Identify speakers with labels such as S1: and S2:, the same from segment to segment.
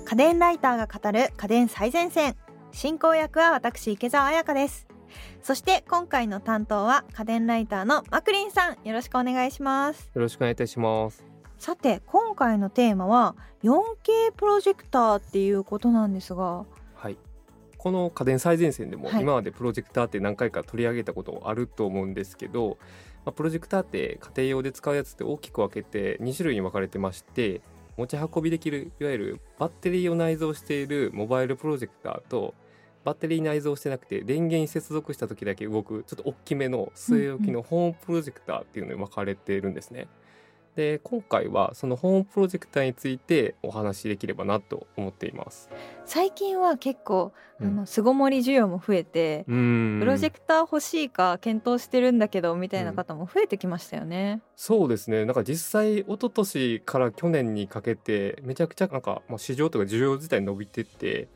S1: 家電ライターが語る家電最前線、進行役は私池澤彩香です。そして今回の担当は家電ライターのマクリンさん、よろしくお願いします。
S2: よろしくお願いいたします。
S1: さて今回のテーマは 4K プロジェクターっていうことなんですが、
S2: はい、この家電最前線でも
S1: はい
S2: 今までプロジェクターって何回か取り上げたことあると思うんですけど、プロジェクターって家庭用で使うやつって大きく分けて2種類に分かれてまして、持ち運びできるいわゆるバッテリーを内蔵しているモバイルプロジェクターと、バッテリー内蔵してなくて電源に接続した時だけ動くちょっと大きめの据え置きのホームプロジェクターっていうのに分かれているんですね。で今回はそのホームプロジェクターについてお話しできればなと思っています。
S1: 最近は結構巣ごもり需要も増えて、プロジェクター欲しいか検討してるんだけどみたいな方も増えてきましたよね。
S2: そうですね。なんか実際一昨年から去年にかけてめちゃくちゃ市場とか需要自体伸びてって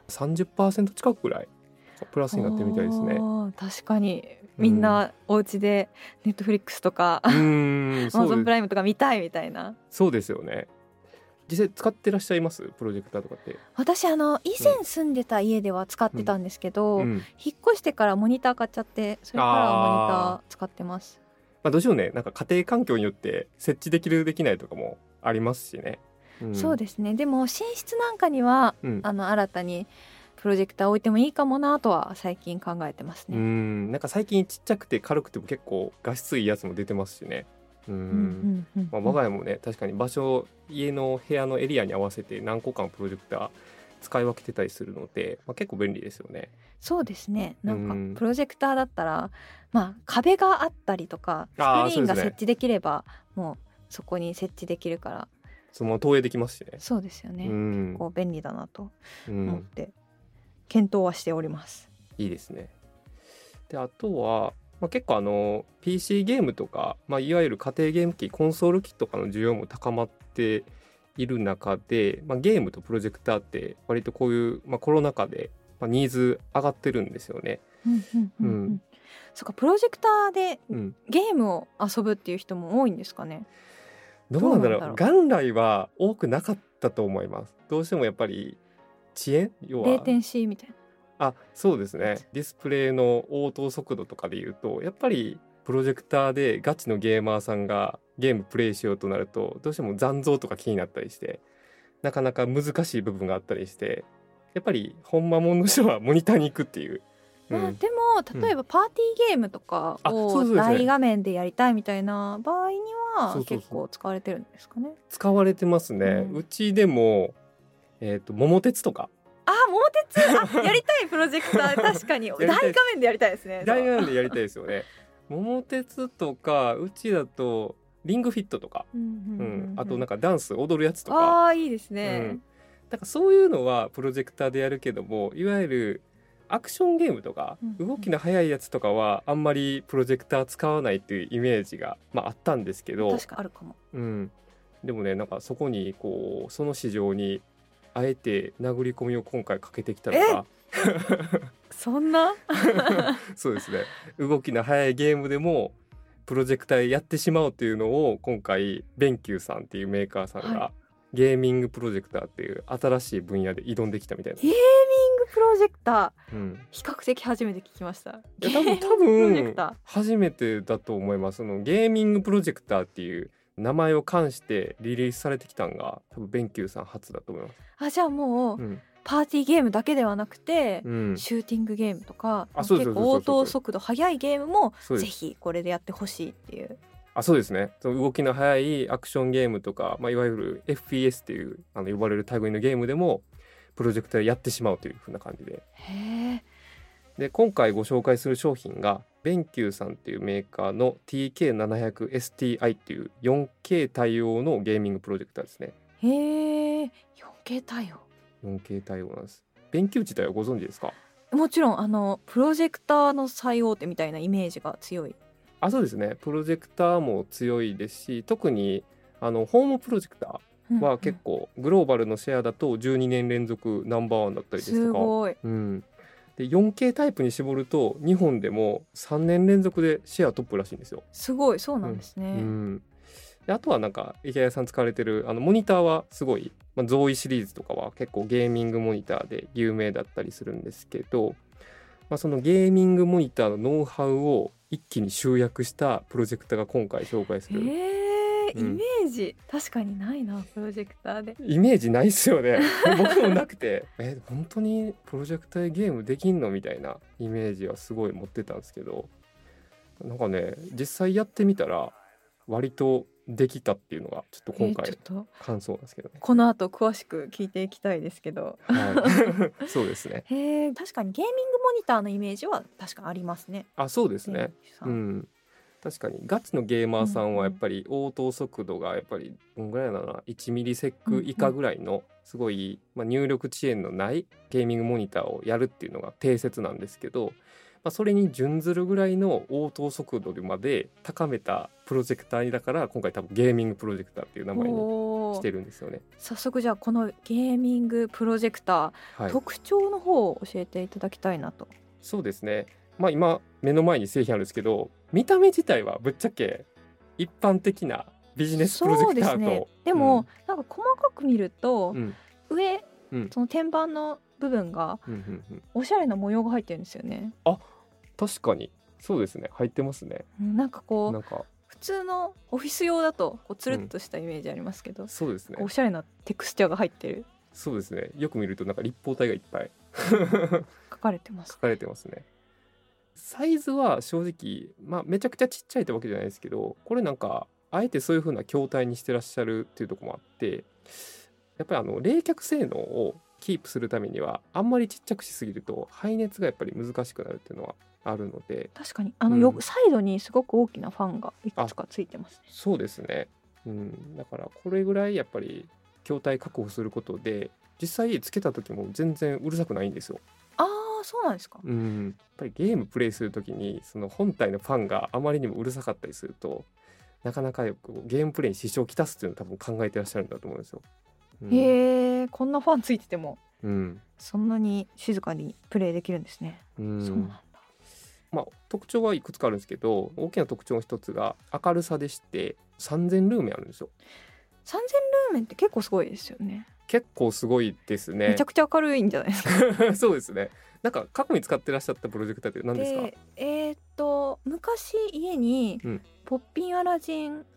S2: 30% 近くぐらいプラスになってるみたいですね。
S1: 確かにみんなお家でネットフリックスとかアマゾンプライムとか見たいみたいな。
S2: そうですよね。実際使ってらっしゃいますプロジェクターとかって？
S1: 私以前住んでた家では使ってたんですけど、引っ越してからモニター買っちゃって、それからモニター使ってます。
S2: どうしようね、なんか家庭環境によって設置できるできないとかもありますしね。
S1: そうですね。でも寝室なんかには、新たにプロジェクター置いてもいいかもなとは最近考えてますね。
S2: なんか最近ちっちゃくて軽くても結構画質いいやつも出てますしね。我が家もね、確かに家の部屋のエリアに合わせて何個かのプロジェクター使い分けてたりするので、結構便利ですよね。
S1: そうですね。なんかプロジェクターだったら、壁があったりとかスクリーンが設置できればもうそこに設置できるから
S2: そのまま投影できますしね。
S1: そうですよね。結構便利だなと思って検討はしております。
S2: いいですね。であとは、結構PC ゲームとか、いわゆる家庭ゲーム機コンソール機とかの需要も高まっている中で、ゲームとプロジェクターって割とこういう、コロナ禍で、ニーズ上がってるんですよね。
S1: そっか、プロジェクターでゲームを遊ぶっていう人も多いんですかね。
S2: どうなんだろう。元来は多くなかったと思います。どうしてもやっぱり遅延、要は
S1: レーテンシーみたいな。
S2: そうですね。ディスプレイの応答速度とかでいうと、やっぱりプロジェクターでガチのゲーマーさんがゲームプレイしようとなると、どうしても残像とか気になったりしてなかなか難しい部分があったりして、やっぱり本間もんの人はモニターに行くっていう。
S1: でも例えばパーティーゲームとかを大画面でやりたいみたいな場合には結構使われてるんですかね。
S2: 使われてますね。うちでも桃鉄とか。
S1: 桃鉄やりたいプロジェクター確かに大画面でやりたいですね。
S2: 大画面でやりたいですよね。桃鉄とか、うちだとリングフィットとか、あとなんかダンス踊るやつとか。
S1: いいですね。
S2: だからそういうのはプロジェクターでやるけども、いわゆるアクションゲームとか動きの速いやつとかはあんまりプロジェクター使わないっていうイメージが、あったんですけど、
S1: 確かあるかも。
S2: でもね、なんかそこにその市場にあえて殴り込みを今回かけてきたのが
S1: そんな
S2: そうですね。動きの速いゲームでもプロジェクターやってしまおうっていうのを今回ベンキューさんっていうメーカーさんが、ゲーミングプロジェクターっていう新しい分野で挑んできたみたいな。
S1: ゲーミングプロジェクター、比較的初めて聞きました。
S2: 多分初めてだと思います。ゲーミングプロジェクターっていう名前を冠してリリースされてきたのが多分ベンキューさん初だと思います。
S1: じゃあもう、パーティーゲームだけではなくて、シューティングゲームとか結構応答速度速いゲームもぜひこれでやってほしいっていう。
S2: そうですね。その動きの速いアクションゲームとか、いわゆる FPS っていう呼ばれる類のゲームでもプロジェクターやってしまうという風な感じで。で今回ご紹介する商品がベンキューさんっていうメーカーの TK700STI っていう 4K 対応のゲーミングプロジェクターですね。
S1: 4K 対応。
S2: 4K 対応なんです。ベンキュー自体はご存知ですか？
S1: もちろんプロジェクターの最大手みたいなイメージが強い。
S2: そうですね。プロジェクターも強いですし、特にホームプロジェクターは結構グローバルのシェアだと12年連続ナンバーワンだったりですとか、
S1: すごい。
S2: で 4K タイプに絞ると日本でも3年連続でシェアトップらしいんですよ。
S1: すごい、そうなんですね。
S2: であとはなんか池谷さん使われてるモニターはすごい、ゾーイシリーズとかは結構ゲーミングモニターで有名だったりするんですけど、そのゲーミングモニターのノウハウを一気に集約したプロジェクターが今回紹介する、
S1: イメージ確かにないな、プロジェクターで
S2: イメージないっすよね僕もなくて本当にプロジェクターでゲームできんのみたいなイメージはすごい持ってたんですけど、なんかね実際やってみたら割とできたっていうのがちょっと今回感想なんですけどね。
S1: この後詳しく聞いていきたいですけど、
S2: はい、そうですね。
S1: 確かにゲーミングモニターのイメージは確かありますね。
S2: あ、そうですね、確かにガチのゲーマーさんはやっぱり応答速度がやっぱりどんぐらいなの1ミリセック以下ぐらいのすごい、入力遅延のないゲーミングモニターをやるっていうのが定説なんですけど、それに準ずるぐらいの応答速度まで高めたプロジェクターにだから今回多分ゲーミングプロジェクターっていう名前にしてるんですよね。
S1: 早速じゃあこのゲーミングプロジェクター、特徴の方を教えていただきたいなと。
S2: そうですね、今目の前に製品あるんですけど、見た目自体はぶっちゃけ一般的なビジネスプロジェクターと。そうですね、
S1: でも、なんか細かく見ると、上、その天板の部分がおしゃれな模様が入ってるんですよね。
S2: あ、確かにそうですね、入ってますね。
S1: なんかこう普通のオフィス用だとこうつるっとしたイメージありますけど、
S2: そうですね、
S1: おしゃれなテクスチャーが入ってる。
S2: そうですね、よく見るとなんか立方体がいっぱい
S1: 書かれてます。
S2: 書かれてますね。サイズは正直、めちゃくちゃちっちゃいってわけじゃないですけど、これなんかあえてそういう風な筐体にしてらっしゃるっていうところもあって、やっぱり冷却性能をキープするためにはあんまりちっちゃくしすぎると排熱がやっぱり難しくなるっていうのはあるので。
S1: 確かにサイドにすごく大きなファンがいくつかついてますね。
S2: そうですね、だからこれぐらいやっぱり筐体確保することで実際つけた時も全然うるさくないんですよ。
S1: そうなんですか。
S2: やっぱりゲームプレイする時にその本体のファンがあまりにもうるさかったりするとなかなかよくゲームプレイに支障をきたすっていうのを多分考えてらっしゃるんだと思うんですよ。
S1: こんなファンついてても、そんなに静かにプレイできるんですね。そうなんだ。
S2: 特徴はいくつかあるんですけど、大きな特徴の一つが明るさでして、3000ルーメンあるんですよ。
S1: 3000ルーメンって結構すごいですよね。
S2: 結構すごいですね。
S1: めちゃくちゃ明るいんじゃないですか
S2: そうですね。なんか過去に使ってらっしゃったプロジェクターって何ですか？
S1: 昔家にポッピンアラジン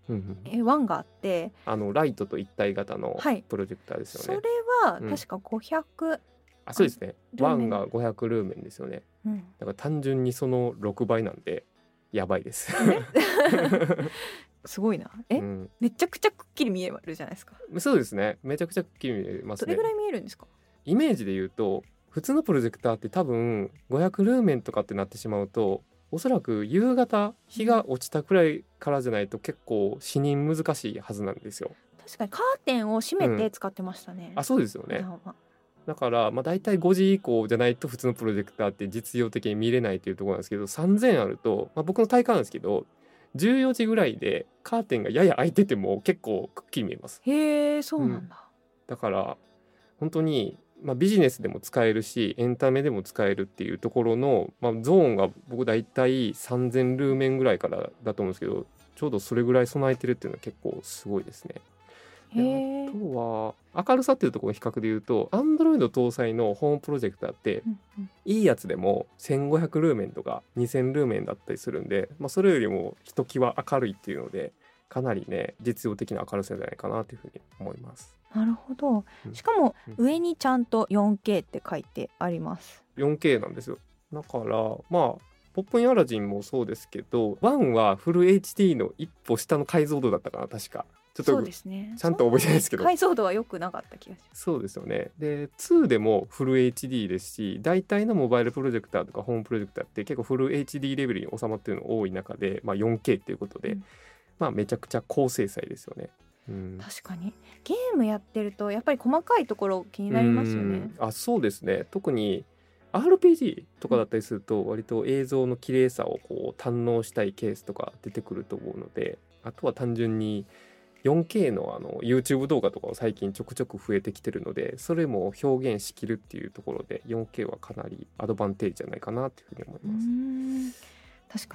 S1: 1があって、
S2: ライトと一体型のプロジェクターですよね。
S1: それは確か500、
S2: そうですね、1が500ルーメンですよね。だから単純にその6倍なんでやばいです
S1: すごいな。めちゃくちゃくっきり見えるじゃないですか。
S2: そうですね、めちゃくちゃくっきり見えますね。
S1: どれぐらい見えるんですか？
S2: イメージで言うと普通のプロジェクターって多分500ルーメンとかってなってしまうと、おそらく夕方日が落ちたくらいからじゃないと結構視認難しいはずなんですよ。
S1: 確かにカーテンを閉めて使ってましたね。
S2: そうですよね。だからだいたい5時以降じゃないと普通のプロジェクターって実用的に見れないというところなんですけど、3000あると、僕の体感なんですけど14時ぐらいでカーテンがやや開いてても結構くっきり見えます。
S1: へー、そうなんだ。
S2: だから本当にビジネスでも使えるしエンタメでも使えるっていうところの、ゾーンが僕だいたい3000ルーメンぐらいからだと思うんですけど、ちょうどそれぐらい備えてるっていうのは結構すごいですね。あとは明るさっていうところの比較で言うと Android 搭載のホームプロジェクターって、いいやつでも1500ルーメンとか2000ルーメンだったりするんで、それよりもひときわ明るいっていうのでかなりね実用的な明るさじゃないかなというふうに思います。
S1: なるほど。しかも上にちゃんと 4K って書いてあります。
S2: 4K なんですよ。だからポップインアラジンもそうですけど1はフル HD の一歩下の解像度だったかな、確か。ちょっと
S1: そうですね、
S2: ちゃんと覚えてないですけど
S1: 解像度は良くなかった気がします。
S2: そうですよね。で2でもフル HD ですし、大体のモバイルプロジェクターとかホームプロジェクターって結構フル HD レベルに収まっているの多い中で、4K っていうことで、めちゃくちゃ高精細ですよね。
S1: 確かにゲームやってるとやっぱり細かいところ気になりますよね。
S2: そうですね。特に RPG とかだったりすると割と映像の綺麗さをこう堪能したいケースとか出てくると思うので、あとは単純に 4K のYouTube 動画とかを最近ちょくちょく増えてきてるので、それも表現しきるっていうところで 4K はかなりアドバンテージじゃないかなというふうに思います。
S1: 確かに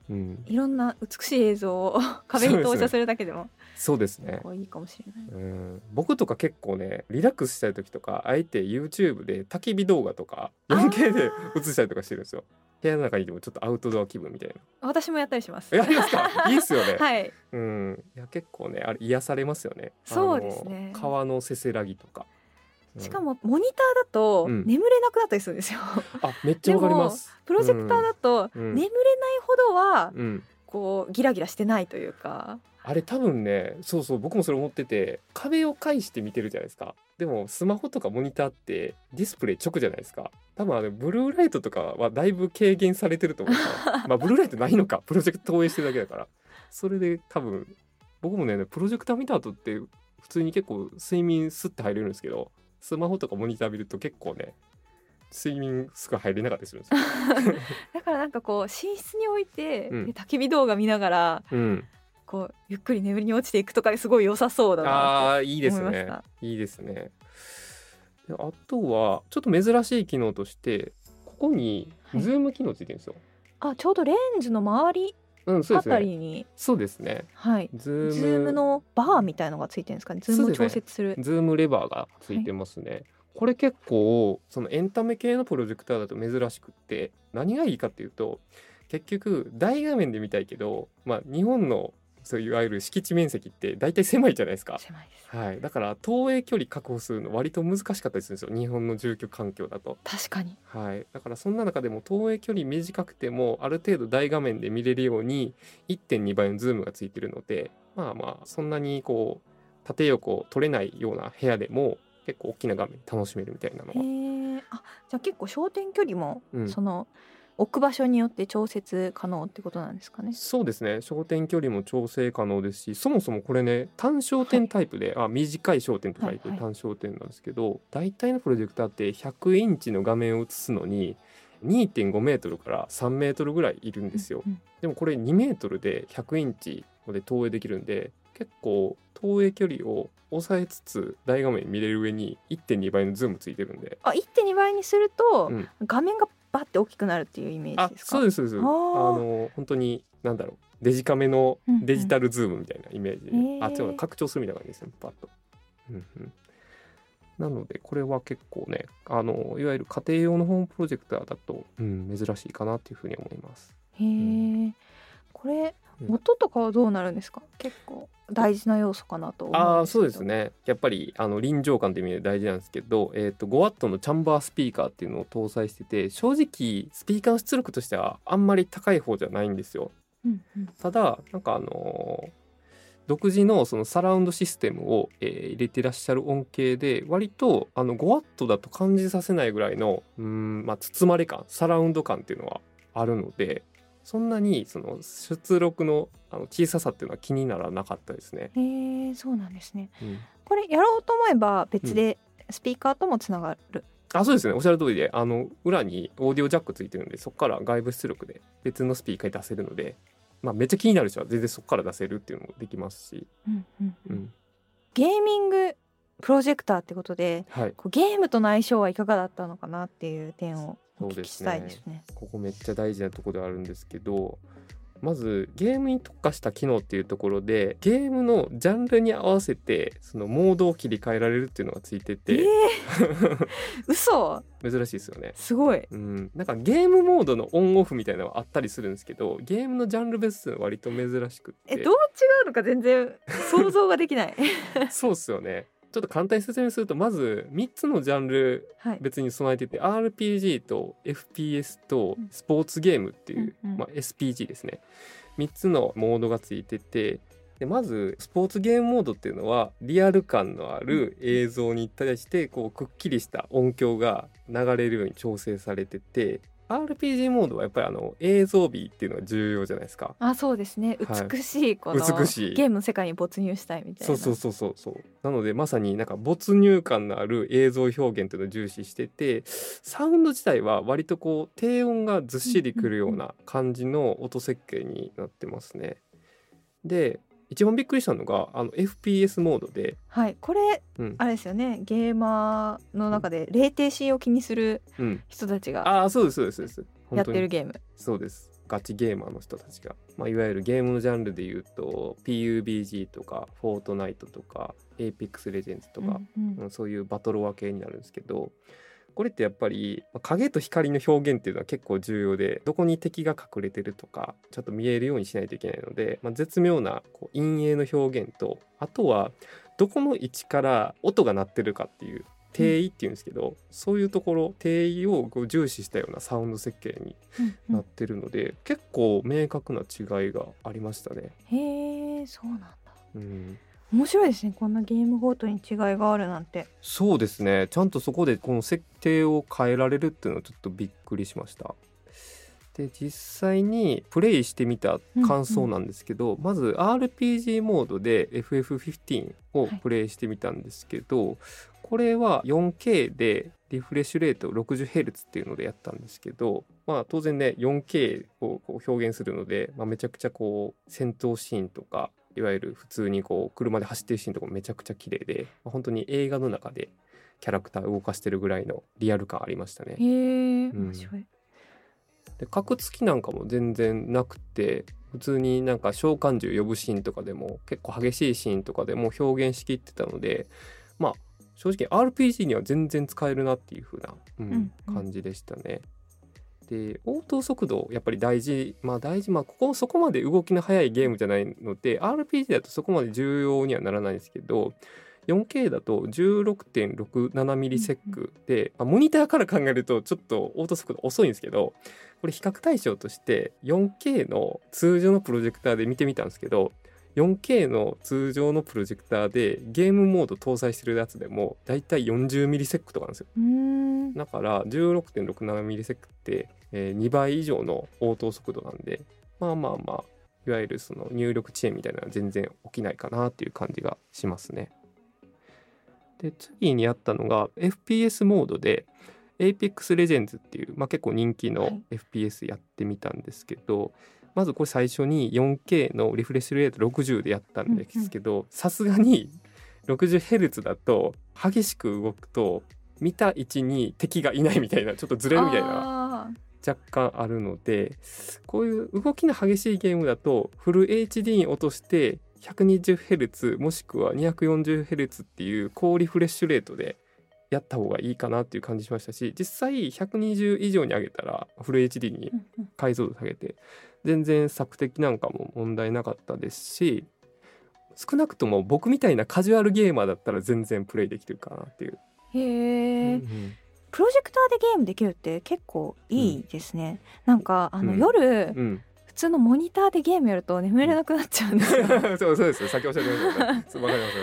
S1: いろんな美しい映像を壁に投射するだけでも
S2: そうですね、
S1: いいかもしれない。
S2: 僕とか結構ねリラックスしたい時とかあえて YouTube で焚き火動画とか 4K で映したりとかしてるんですよ。部屋の中にいてもちょっとアウトドア気分みたいな。
S1: 私もやったりします。
S2: やりますか？いいっすよね。
S1: はい。
S2: いや結構ねあれ癒されますよね。
S1: そうですね。
S2: 川のせせらぎとか、
S1: しかもモニターだと眠れなくなったりするんですよ。
S2: めっちゃわかります。
S1: プロジェクターだと眠れないほどはこうギラギラしてないというか、
S2: あれ多分ね、そう僕もそれ思ってて、壁を介して見てるじゃないですか。でもスマホとかモニターってディスプレイ直じゃないですか。多分ブルーライトとかはだいぶ軽減されてると思うからブルーライトないのか、プロジェクト投影してるだけだから。それで多分僕もねプロジェクター見た後って普通に結構睡眠スッて入れるんですけど、スマホとかモニター見ると結構ね睡眠すぐ入れなかったりするんですよ
S1: だからなんかこう寝室に置いて、焚き火動画見ながら、こうゆっくり眠りに落ちていくとかすごい良さそうだなって思いました。
S2: いいですね。いいですね。であとはちょっと珍しい機能としてここにズーム機能ついてるんですよ。
S1: ちょうどレンズの周りあたりに、
S2: そうですね。
S1: ズームのバーみたいのがついてるんですかね。ズームを調節する
S2: ズームレバーがついてますね。これ結構そのエンタメ系のプロジェクターだと珍しくって、何がいいかっていうと結局大画面で見たいけど、日本のそういういわゆる敷地面積って大体狭いじゃないですか。
S1: 狭いです。
S2: だから投影距離確保するの割と難しかったりするんですよ、日本の住居環境だと。
S1: 確かに。
S2: だからそんな中でも投影距離短くてもある程度大画面で見れるように 1.2 倍のズームがついてるので、そんなにこう縦横取れないような部屋でも結構大きな画面楽しめるみたいなのが。
S1: じゃあ結構焦点距離も、その置く場所によって調節可能ってことなんですかね。
S2: そうですね、焦点距離も調整可能ですし、そもそもこれね単焦点タイプで、短い焦点と書いて単焦点なんですけど、大体のプロジェクターって100インチの画面を映すのに 2.5 メートルから3メートルぐらいいるんですよ。でもこれ2メートルで100インチまで投影できるんで、結構投影距離を抑えつつ大画面見れる上に 1.2 倍のズームついてるんで、
S1: 1.2 倍にすると、画面がバッて大きくなるっていうイメージですか？
S2: そうですそうです。本当にデジカメのデジタルズームみたいなイメージで、違う、拡張するみたいな感じですね、パッと。なのでこれは結構ねいわゆる家庭用のホームプロジェクターだと、珍しいかなっていうふうに思います。
S1: これ音とかはどうなるんですか？結構大事な要素かなと思うんですけど。
S2: そうですね、やっぱり臨場感という意味で大事なんですけど、5W のチャンバースピーカーっていうのを搭載してて、正直スピーカーの出力としてはあんまり高い方じゃないんですよ。ただ独自のそのサラウンドシステムを、入れてらっしゃる音形で割と5W だと感じさせないぐらいの包まれ感、サラウンド感っていうのはあるので、そんなにその出力の小ささっていうのは気にならなかったですね。
S1: そうなんですね。これやろうと思えば別でスピーカーともつながる？
S2: そうですね、おっしゃる通りで裏にオーディオジャックついてるんで、そこから外部出力で別のスピーカーに出せるので、めっちゃ気になる人は全然そこから出せるっていうのもできますし、
S1: ゲーミングプロジェクターってことで、ゲームとの相性はいかがだったのかなっていう点をお聞きしたいですね。
S2: ここめっちゃ大事なところではあるんですけど、まずゲームに特化した機能っていうところで、ゲームのジャンルに合わせてそのモードを切り替えられるっていうのがついてて、
S1: 嘘？珍
S2: しいですよね。
S1: すごい。
S2: ゲームモードのオンオフみたいなのはあったりするんですけど、ゲームのジャンル別っていうのは割と珍しくて、
S1: どう違うのか全然想像ができない
S2: そうっすよね。ちょっと簡単に説明すると、まず3つのジャンル別に備えてて、RPG と FPS とスポーツゲームっていう、SPG ですね、3つのモードがついてて、でまずスポーツゲームモードっていうのはリアル感のある映像に対してこうくっきりした音響が流れるように調整されてて、RPG モードはやっぱり映像美っていうのが重要じゃないですか。
S1: そうですね、美しいこのゲームの世界に没入したいみたいな。
S2: そうなのでまさに没入感のある映像表現っていうのを重視してて、サウンド自体は割とこう低音がずっしりくるような感じの音設計になってますね。で一番びっくりしたのがFPS モードで、
S1: これ、あれですよね、ゲーマーの中でレイテンシーを気にする人たちが
S2: そうです
S1: やってるゲーム。
S2: そうです。 ガチゲーマーの人たちが、いわゆるゲームのジャンルでいうと PUBG とかフォートナイトとか Apex Legends とか、そういうバトロワ系になるんですけど、これってやっぱり影と光の表現っていうのは結構重要で、どこに敵が隠れてるとかちょっと見えるようにしないといけないので、絶妙な陰影の表現と、あとはどこの位置から音が鳴ってるかっていう定位っていうんですけど、そういうところ定位を重視したようなサウンド設計になってるので、結構明確な違いがありましたね。
S1: へえ、そうなんだ。面白いですね。こんなゲームごとに違いがあるなんて。
S2: そうですね、ちゃんとそこでこの設定を変えられるっていうのはちょっとびっくりしました。で実際にプレイしてみた感想なんですけど、まず RPG モードで FF15 をプレイしてみたんですけど、これは 4K でリフレッシュレート 60Hz っていうのでやったんですけど、当然ね 4K を表現するので、めちゃくちゃ戦闘シーンとか、いわゆる普通に車で走ってるシーンとかもめちゃくちゃ綺麗で、本当に映画の中でキャラクター動かしてるぐらいのリアル感ありましたね。
S1: へえ、面白い。
S2: でカクつきなんかも全然なくて、普通になんか召喚獣呼ぶシーンとかでも結構激しいシーンとかでも表現しきってたので、正直 RPG には全然使えるなっていう風な、感じでしたね。で応答速度やっぱり大事、ここそこまで動きの速いゲームじゃないので RPG だとそこまで重要にはならないんですけど、4K だと 16.67 ミリセックで、モニターから考えるとちょっと応答速度遅いんですけど、これ比較対象として 4K の通常のプロジェクターで見てみたんですけど、4K の通常のプロジェクターでゲームモード搭載してるやつでもだいたい40ミリセックとかなんですよ。だから 16.67 ミリセックって、2倍以上の応答速度なんで、いわゆるその入力遅延みたいなのは全然起きないかなっていう感じがしますね。で次にやったのが FPS モードで Apex Legends っていう、結構人気の FPS やってみたんですけど、まずこれ最初に 4K のリフレッシュレート60でやったんですけど、さすがに 60Hz だと激しく動くと見た位置に敵がいないみたいな、ちょっとずれるみたいな若干あるので、こういう動きの激しいゲームだとフル HD に落として 120Hz もしくは 240Hz っていう高リフレッシュレートでやった方がいいかなっていう感じしましたし、実際120以上に上げたらフル HD に解像度下げて全然索敵なんかも問題なかったですし、少なくとも僕みたいなカジュアルゲーマーだったら全然プレイできるかなっていう。
S1: へえ、プロジェクターでゲームできるって結構いいですね。なんか夜、普通のモニターでゲームやると眠れなくなっちゃうんですよ。
S2: そうですよ、先おっしゃってましたね。わかりますわかります。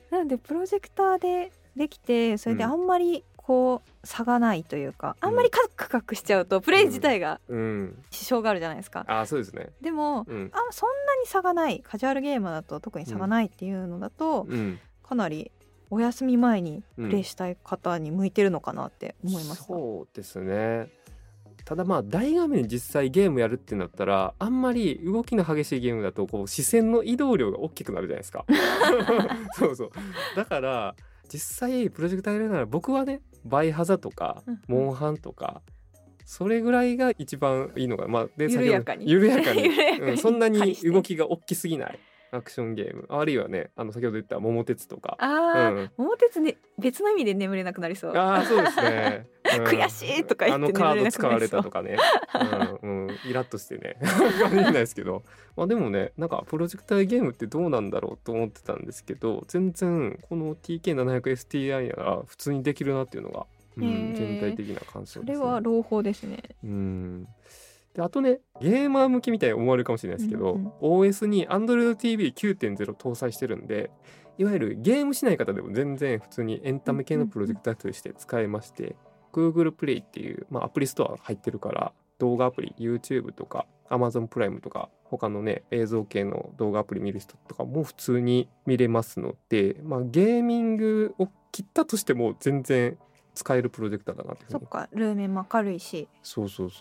S1: なのでプロジェクターでできて、それであんまり差がないというか、あんまりカクカクしちゃうとプレイ自体が支障があるじゃないですか。
S2: そうですね。
S1: でも、そんなに差がない、カジュアルゲームだと特に差がないっていうのだと、かなりお休み前にプレイしたい方に向いてるのかなって思います。
S2: そうですね。ただ大画面に実際ゲームやるってなったら、あんまり動きの激しいゲームだと視線の移動量が大きくなるじゃないですか。そうだから実際プロジェクターやるなら僕はね、バイハザとかモンハンとか、それぐらいが一番いいのが、で
S1: 緩やかに
S2: そんなに動きが大きすぎないアクションゲーム、あるいはね、先ほど言った桃鉄とか。
S1: 桃鉄ね、別の意味で眠れなくなりそう。
S2: そうですね。
S1: 悔しいとか言って
S2: カード使われたとかね、イラッとしてねかもしれないですけど、でもね、なんかプロジェクターゲームってどうなんだろうと思ってたんですけど、全然この TK700STI なら普通にできるなっていうのが、全体的な感想ですね。
S1: それは朗報ですね。
S2: であとね、ゲーマー向きみたいに思われるかもしれないですけど、OS に Android TV 9.0 搭載してるんで、いわゆるゲームしない方でも全然普通にエンタメ系のプロジェクターとして使えまして、Google プレイっていう、アプリストア入ってるから、動画アプリ YouTube とか Amazon プライムとか他のね、映像系の動画アプリ見る人とかも普通に見れますので、ゲーミングを切ったとしても全然使えるプロジェクターだなっていうふうに。
S1: そっか、ルーメンも明るいし、
S2: そう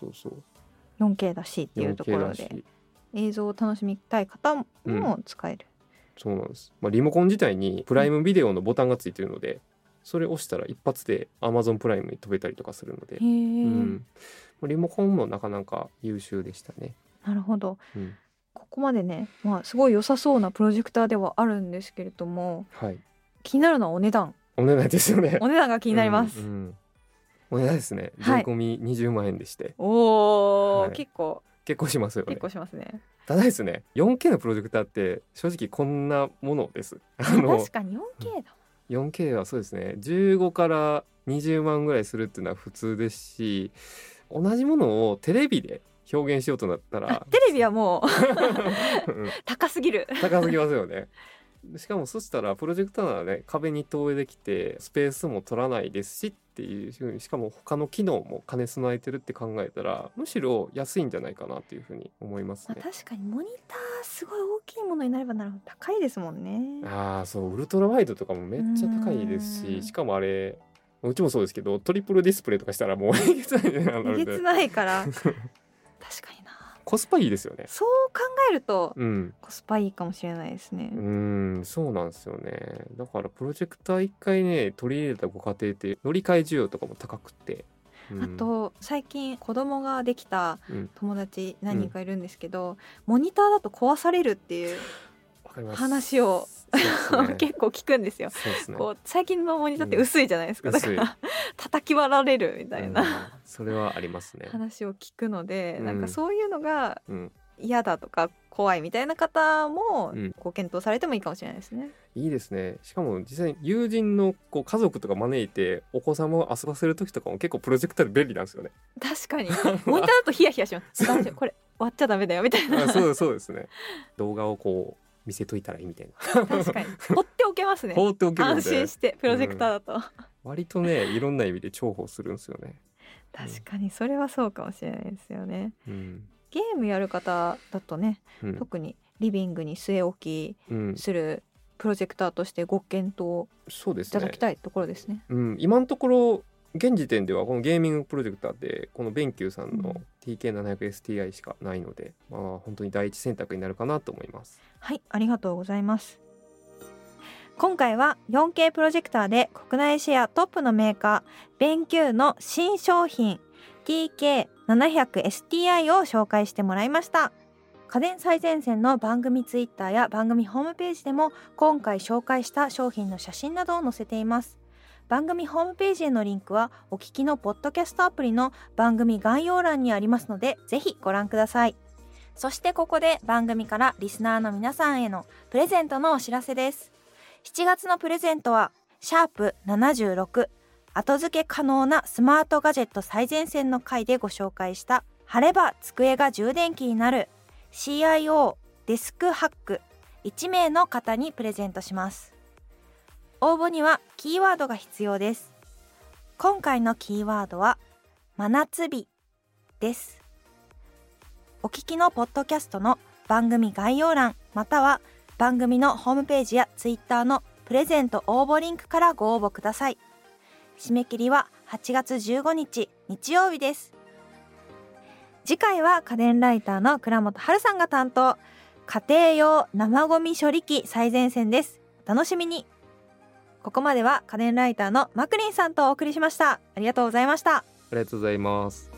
S1: 4K だしっていうところで映像を楽しみたい方も使える。
S2: そうなんです。リモコン自体にプライムビデオのボタンがついてるので、それを押したら一発で Amazon プライムに飛べたりとかするので、リモコンもなかなか優秀でしたね。
S1: なるほど。
S2: うん、
S1: ここまでね、すごい良さそうなプロジェクターではあるんですけれども、
S2: はい、
S1: 気になるのはお値段。
S2: お値段ですよね。
S1: お値段が気になります。
S2: うんうん、お値段ですね。税
S1: はい
S2: 込み20万円でして、
S1: おー、
S2: はい、
S1: 結構
S2: しますよね。
S1: 結構しますね。
S2: ただですね、4K のプロジェクターって正直こんなものです。
S1: 確かに 4K だ。
S2: 4K はそうですね、15から20万ぐらいするっていうのは普通ですし、同じものをテレビで表現しようとなったら
S1: テレビはもう
S2: うん
S1: 高すぎる。
S2: 高すぎますよね。しかもそしたらプロジェクターならね、壁に投影できてスペースも取らないですしっていう風に、しかも他の機能も兼ね備えてるって考えたら、むしろ安いんじゃないかなっていう風に思いますね。
S1: 確かにモニターすごい大きいものになればなるほど高いですもんね。
S2: ああ、そう、ウルトラワイドとかもめっちゃ高いですし、しかもあれうちもそうですけど、トリプルディスプレイとかしたらもうえげつない値段になるんで、
S1: えげつないから確かにな。
S2: コスパいいですよね。
S1: そう考えると
S2: うん
S1: コスパいいかもしれないですね。
S2: そうなんですよね。だからプロジェクター一回ね取り入れたご家庭って乗り換え需要とかも高くて、
S1: あと最近子供ができた友達何人かいるんですけど、モニターだと壊されるっていう
S2: わかります。
S1: 話を結構聞くんですよ。
S2: そうですね。
S1: こう最近のモニターって薄いじゃないですか、だから叩き割られるみたいな、
S2: それはありますね。
S1: 話を聞くので、
S2: うん
S1: なんかそういうのが
S2: うん
S1: 嫌だとか怖いみたいな方も
S2: うん
S1: ご検討されてもいいかもしれないですね。
S2: いいですね。しかも実際に友人のこう家族とか招いてお子様を遊ばせる時とかも結構プロジェクターで便利なんですよね。
S1: 確かにモニターだとヒヤヒヤします大丈夫これ割っちゃダメだよみたいな
S2: そうですね。動画をこう見せといたらいいみたいな。
S1: 確かに放っておけますね。
S2: 放っておけるんで
S1: 安心してプロジェクターだと、
S2: 割とねいろんな意味で重宝するんですよね。
S1: 確かにそれはそうかもしれないですよね。
S2: うん
S1: ゲームやる方だとね、
S2: うん
S1: 特にリビングに据え置き
S2: うん
S1: するプロジェクターとしてご検討い
S2: そうですね。
S1: ただきたいところですね。
S2: 今のところ現時点ではこのゲーミングプロジェクターでこのベンキューさんの TK700STI しかないので、本当に第一選択になるかなと思います。
S1: はい、ありがとうございます。今回は 4K プロジェクターで国内シェアトップのメーカーベンキューの新商品 TK700STI を紹介してもらいました。家電最前線の番組ツイッターや番組ホームページでも今回紹介した商品の写真などを載せています。番組ホームページへのリンクはお聞きのポッドキャストアプリの番組概要欄にありますので、ぜひご覧ください。そしてここで番組からリスナーの皆さんへのプレゼントのお知らせです。7月のプレゼントはシャープ76後付け可能なスマートガジェット最前線の回でご紹介した貼れば机が充電器になる CIO デスクハック1名の方にプレゼントします。応募にはキーワードが必要です。今回のキーワードは真夏日です。お聞きのポッドキャストの番組概要欄または番組のホームページやツイッターのプレゼント応募リンクからご応募ください。締め切りは8月15日日曜日です。次回は家電ライターの倉本春さんが担当、家庭用生ゴミ処理機最前線です。お楽しみに。ここまでは家電ライターのマクリンさんとお送りしました。ありがとうございました。
S2: ありがとうございます。